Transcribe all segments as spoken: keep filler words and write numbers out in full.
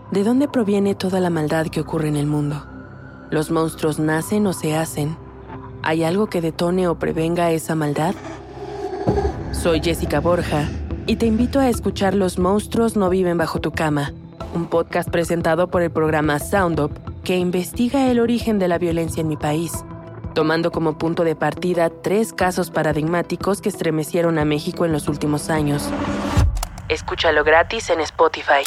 ¿De dónde proviene toda la maldad que ocurre en el mundo? ¿Los monstruos nacen o se hacen? ¿Hay algo que detone o prevenga esa maldad? Soy Jessica Borja y te invito a escuchar Los monstruos no viven bajo tu cama, un podcast presentado por el programa Sound Up que investiga el origen de la violencia en mi país, tomando como punto de partida tres casos paradigmáticos que estremecieron a México en los últimos años. Escúchalo gratis en Spotify.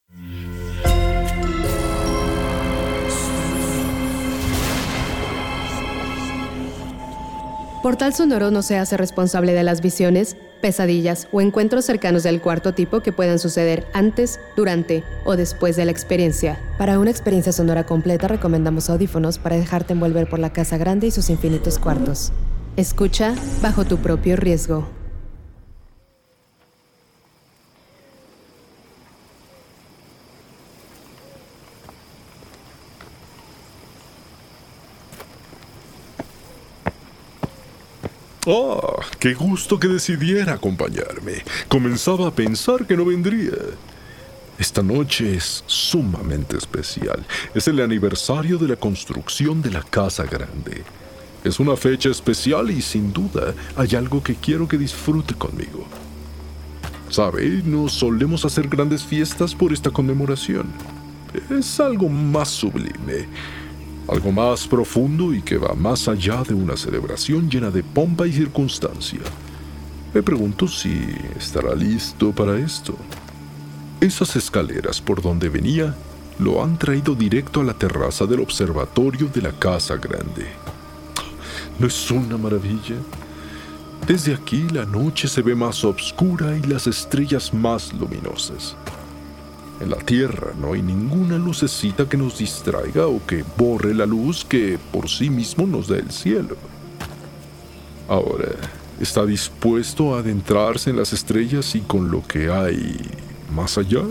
Portal Sonoro no se hace responsable de las visiones, pesadillas o encuentros cercanos del cuarto tipo que puedan suceder antes, durante o después de la experiencia. Para una experiencia sonora completa recomendamos audífonos para dejarte envolver por la casa grande y sus infinitos cuartos. Escucha bajo tu propio riesgo. ¡Ah! ¡Qué gusto que decidiera acompañarme! Comenzaba a pensar que no vendría. Esta noche es sumamente especial. Es el aniversario de la construcción de la Casa Grande. Es una fecha especial y, sin duda, hay algo que quiero que disfrute conmigo. ¿Sabe? No solemos hacer grandes fiestas por esta conmemoración. Es algo más sublime. Algo más profundo y que va más allá de una celebración llena de pompa y circunstancia. Me pregunto si estará listo para esto. Esas escaleras por donde venía lo han traído directo a la terraza del observatorio de la Casa Grande. ¿No es una maravilla? Desde aquí la noche se ve más oscura y las estrellas más luminosas. En la tierra no hay ninguna lucecita que nos distraiga o que borre la luz que por sí mismo nos da el cielo. Ahora, ¿está dispuesto a adentrarse en las estrellas y con lo que hay más allá?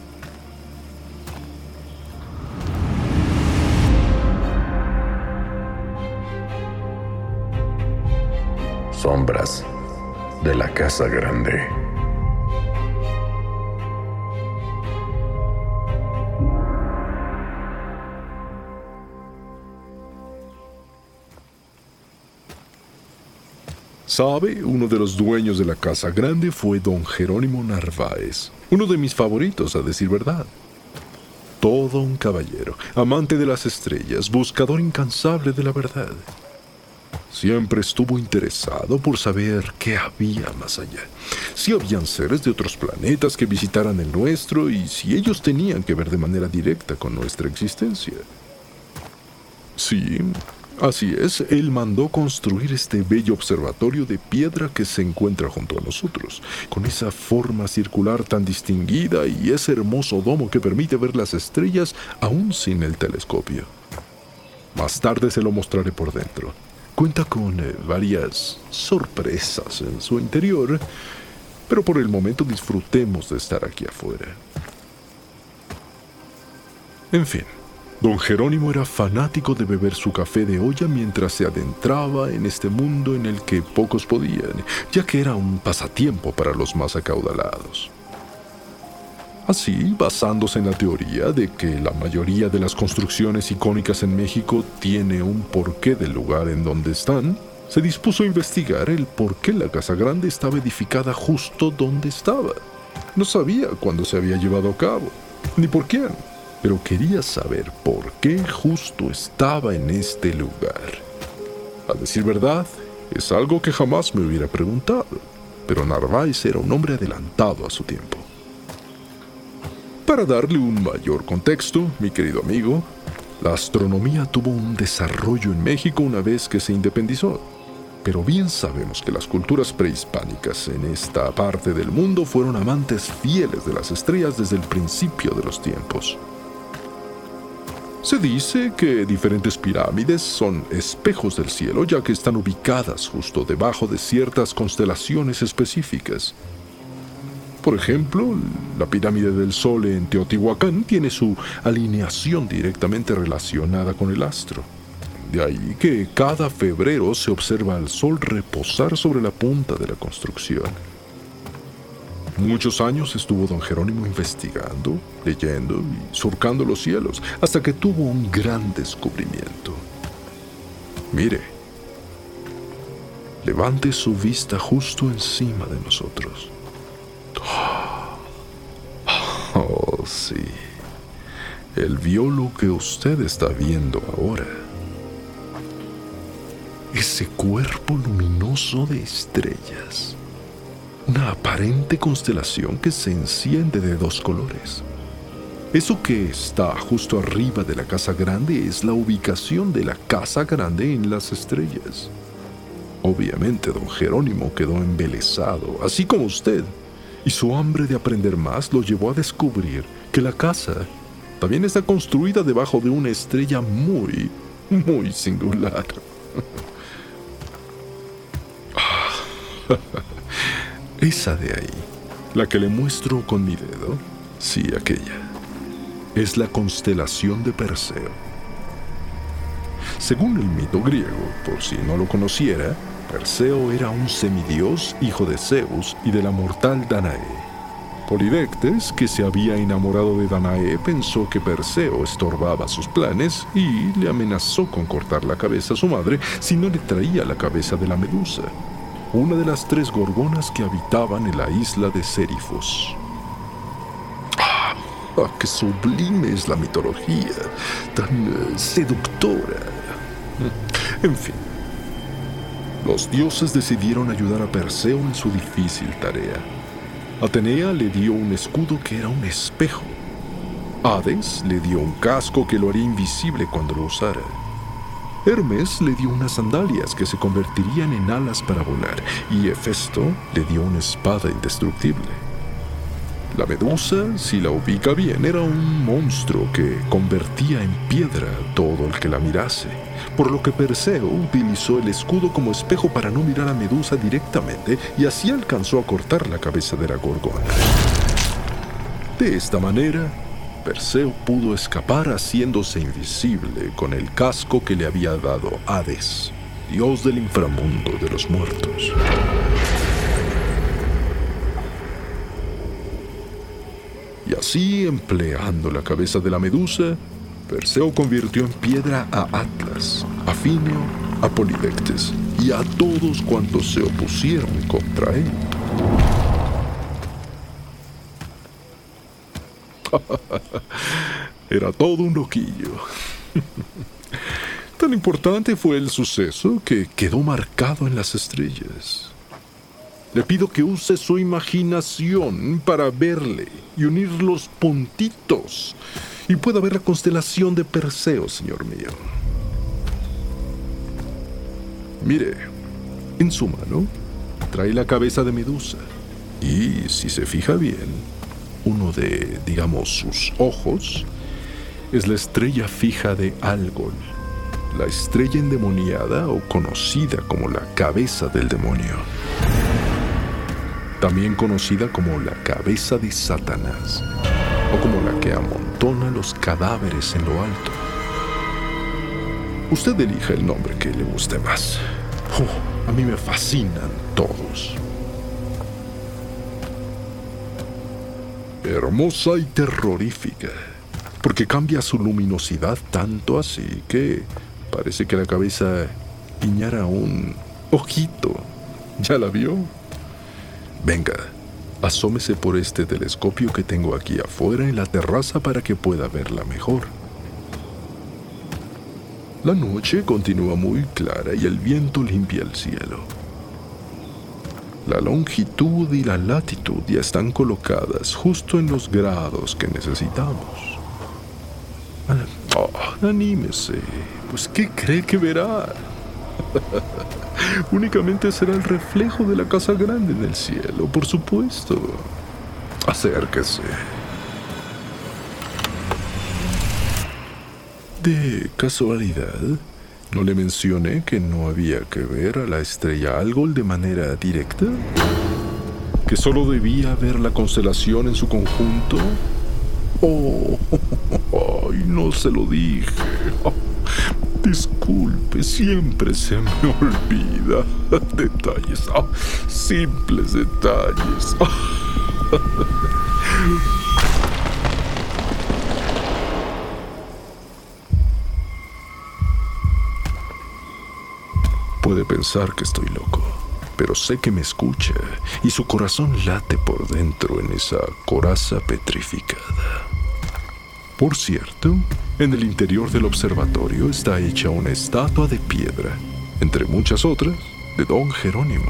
Sombras de la Casa Grande. ¿Sabe? Uno de los dueños de la Casa Grande fue don Jerónimo Narváez, uno de mis favoritos, a decir verdad. Todo un caballero, amante de las estrellas, buscador incansable de la verdad. Siempre estuvo interesado por saber qué había más allá, si habían seres de otros planetas que visitaran el nuestro y si ellos tenían que ver de manera directa con nuestra existencia. Sí, así es, él mandó construir este bello observatorio de piedra que se encuentra junto a nosotros, con esa forma circular tan distinguida y ese hermoso domo que permite ver las estrellas aún sin el telescopio. Más tarde se lo mostraré por dentro. Cuenta con eh, varias sorpresas en su interior, pero por el momento disfrutemos de estar aquí afuera. En fin. Don Jerónimo era fanático de beber su café de olla mientras se adentraba en este mundo en el que pocos podían, ya que era un pasatiempo para los más acaudalados. Así, basándose en la teoría de que la mayoría de las construcciones icónicas en México tiene un porqué del lugar en donde están, se dispuso a investigar el por qué la Casa Grande estaba edificada justo donde estaba. No sabía cuándo se había llevado a cabo, ni por quién. Pero quería saber por qué justo estaba en este lugar. A decir verdad, es algo que jamás me hubiera preguntado, pero Narváez era un hombre adelantado a su tiempo. Para darle un mayor contexto, mi querido amigo, la astronomía tuvo un desarrollo en México una vez que se independizó. Pero bien sabemos que las culturas prehispánicas en esta parte del mundo fueron amantes fieles de las estrellas desde el principio de los tiempos. Se dice que diferentes pirámides son espejos del cielo, ya que están ubicadas justo debajo de ciertas constelaciones específicas. Por ejemplo, la pirámide del Sol en Teotihuacán tiene su alineación directamente relacionada con el astro. De ahí que cada febrero se observa al Sol reposar sobre la punta de la construcción. Muchos años estuvo don Jerónimo investigando, leyendo y surcando los cielos, hasta que tuvo un gran descubrimiento. Mire, levante su vista justo encima de nosotros. Oh, sí. Él vio lo que usted está viendo ahora. Ese cuerpo luminoso de estrellas. Una aparente constelación que se enciende de dos colores. Eso que está justo arriba de la Casa Grande es la ubicación de la Casa Grande en las estrellas. Obviamente, don Jerónimo quedó embelesado, así como usted, y su hambre de aprender más lo llevó a descubrir que la casa también está construida debajo de una estrella muy, muy singular. Esa de ahí, la que le muestro con mi dedo, sí, aquella, es la constelación de Perseo. Según el mito griego, por si no lo conociera, Perseo era un semidios, hijo de Zeus y de la mortal Danae. Polidectes, que se había enamorado de Danae, pensó que Perseo estorbaba sus planes y le amenazó con cortar la cabeza a su madre si no le traía la cabeza de la Medusa, una de las tres gorgonas que habitaban en la isla de Sérifos. ¡Ah! ¡Qué sublime es la mitología! ¡Tan uh, seductora! En fin, los dioses decidieron ayudar a Perseo en su difícil tarea. Atenea le dio un escudo que era un espejo. Hades le dio un casco que lo haría invisible cuando lo usara. Hermes le dio unas sandalias que se convertirían en alas para volar, y Hefesto le dio una espada indestructible. La Medusa, si la ubica bien, era un monstruo que convertía en piedra a todo el que la mirase, por lo que Perseo utilizó el escudo como espejo para no mirar a Medusa directamente, y así alcanzó a cortar la cabeza de la gorgona. De esta manera, Perseo pudo escapar haciéndose invisible con el casco que le había dado Hades, dios del inframundo de los muertos. Y así, empleando la cabeza de la Medusa, Perseo convirtió en piedra a Atlas, a Fineo, a Polidectes y a todos cuantos se opusieron contra él. Era todo un loquillo. Tan importante fue el suceso que quedó marcado en las estrellas. Le pido que use su imaginación para verle y unir los puntitos y pueda ver la constelación de Perseo, señor mío. Mire, en su mano trae la cabeza de Medusa y, si se fija bien, uno de, digamos, sus ojos es la estrella fija de Algol, la estrella endemoniada o conocida como la cabeza del demonio. También conocida como la cabeza de Satanás, o como la que amontona los cadáveres en lo alto. Usted elija el nombre que le guste más. Oh, a mí me fascinan todos. Hermosa y terrorífica, porque cambia su luminosidad tanto así que parece que la cabeza guiñara un ojito. ¿Ya la vio? Venga, asómese por este telescopio que tengo aquí afuera en la terraza para que pueda verla mejor. La noche continúa muy clara y el viento limpia el cielo. La longitud y la latitud ya están colocadas justo en los grados que necesitamos. Oh, anímese, pues ¿qué cree que verá? Únicamente será el reflejo de la casa grande en el cielo, por supuesto. Acérquese. De casualidad, ¿no le mencioné que no había que ver a la estrella Algol de manera directa? ¿Que solo debía ver la constelación en su conjunto? Oh, ay, no se lo dije. Oh, disculpe, siempre se me olvida. Detalles, oh, simples detalles. Oh. Puede pensar que estoy loco, pero sé que me escucha y su corazón late por dentro en esa coraza petrificada. Por cierto, en el interior del observatorio está hecha una estatua de piedra, entre muchas otras, de Don Jerónimo.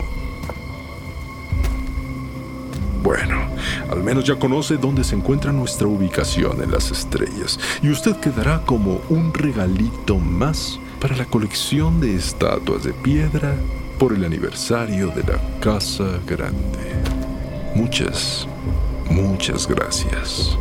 Bueno, al menos ya conoce dónde se encuentra nuestra ubicación en las estrellas, y usted quedará como un regalito más para la colección de estatuas de piedra por el aniversario de la Casa Grande. Muchas, muchas gracias.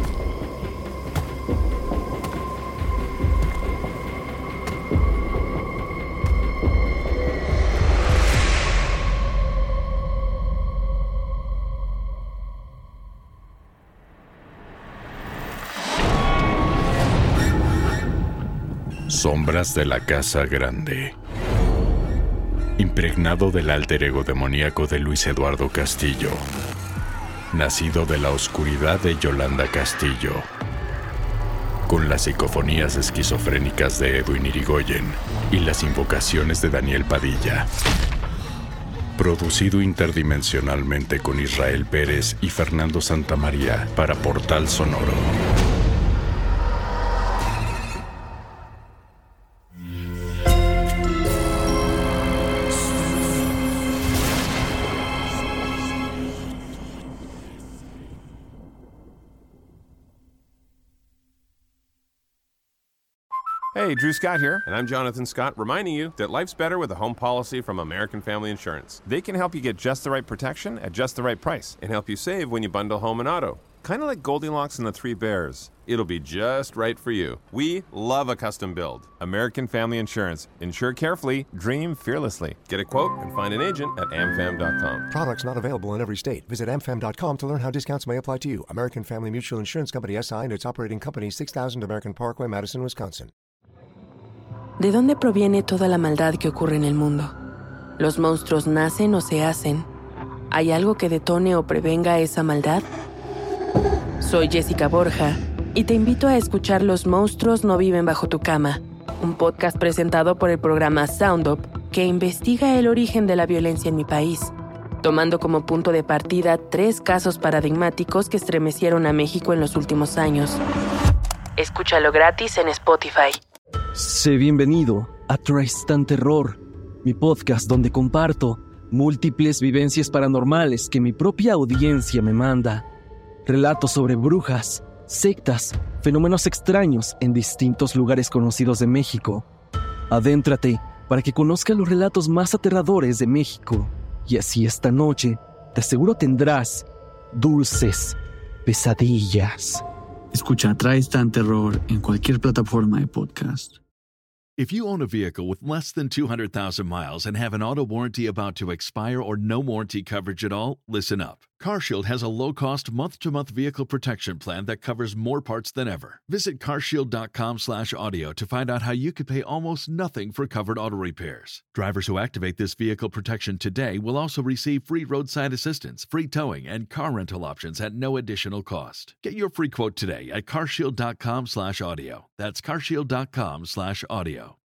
Sombras de la Casa Grande. Impregnado del alter ego demoníaco de Luis Eduardo Castillo, nacido de la oscuridad de Yolanda Castillo, con las psicofonías esquizofrénicas de Edwin Irigoyen y las invocaciones de Daniel Padilla. Producido interdimensionalmente con Israel Pérez y Fernando Santamaría para Portal Sonoro. Hey, Drew Scott here, and I'm Jonathan Scott, reminding you that life's better with a home policy from American Family Insurance. They can help you get just the right protection at just the right price and help you save when you bundle home and auto. Kind of like Goldilocks and the Three Bears. It'll be just right for you. We love a custom build. American Family Insurance. Insure carefully, dream fearlessly. Get a quote and find an agent at a m fam dot com. Products not available in every state. Visit a m fam dot com to learn how discounts may apply to you. American Family Mutual Insurance Company S I and its operating company, six thousand American Parkway, Madison, Wisconsin. ¿De dónde proviene toda la maldad que ocurre en el mundo? ¿Los monstruos nacen o se hacen? ¿Hay algo que detone o prevenga esa maldad? Soy Jessica Borja y te invito a escuchar Los monstruos no viven bajo tu cama, un podcast presentado por el programa Sound Up que investiga el origen de la violencia en mi país, tomando como punto de partida tres casos paradigmáticos que estremecieron a México en los últimos años. Escúchalo gratis en Spotify. Sé bienvenido a Tristan Terror, mi podcast donde comparto múltiples vivencias paranormales que mi propia audiencia me manda. Relatos sobre brujas, sectas, fenómenos extraños en distintos lugares conocidos de México. Adéntrate para que conozcas los relatos más aterradores de México. Y así esta noche, te aseguro tendrás dulces pesadillas. Escucha Tristan Terror en cualquier plataforma de podcast. If you own a vehicle with less than two hundred thousand miles and have an auto warranty about to expire or no warranty coverage at all, listen up. CarShield has a low-cost month-to-month vehicle protection plan that covers more parts than ever. Visit carshield.com slash audio to find out how you could pay almost nothing for covered auto repairs. Drivers who activate this vehicle protection today will also receive free roadside assistance, free towing, and car rental options at no additional cost. Get your free quote today at carshield.com slash audio. That's carshield.com slash audio.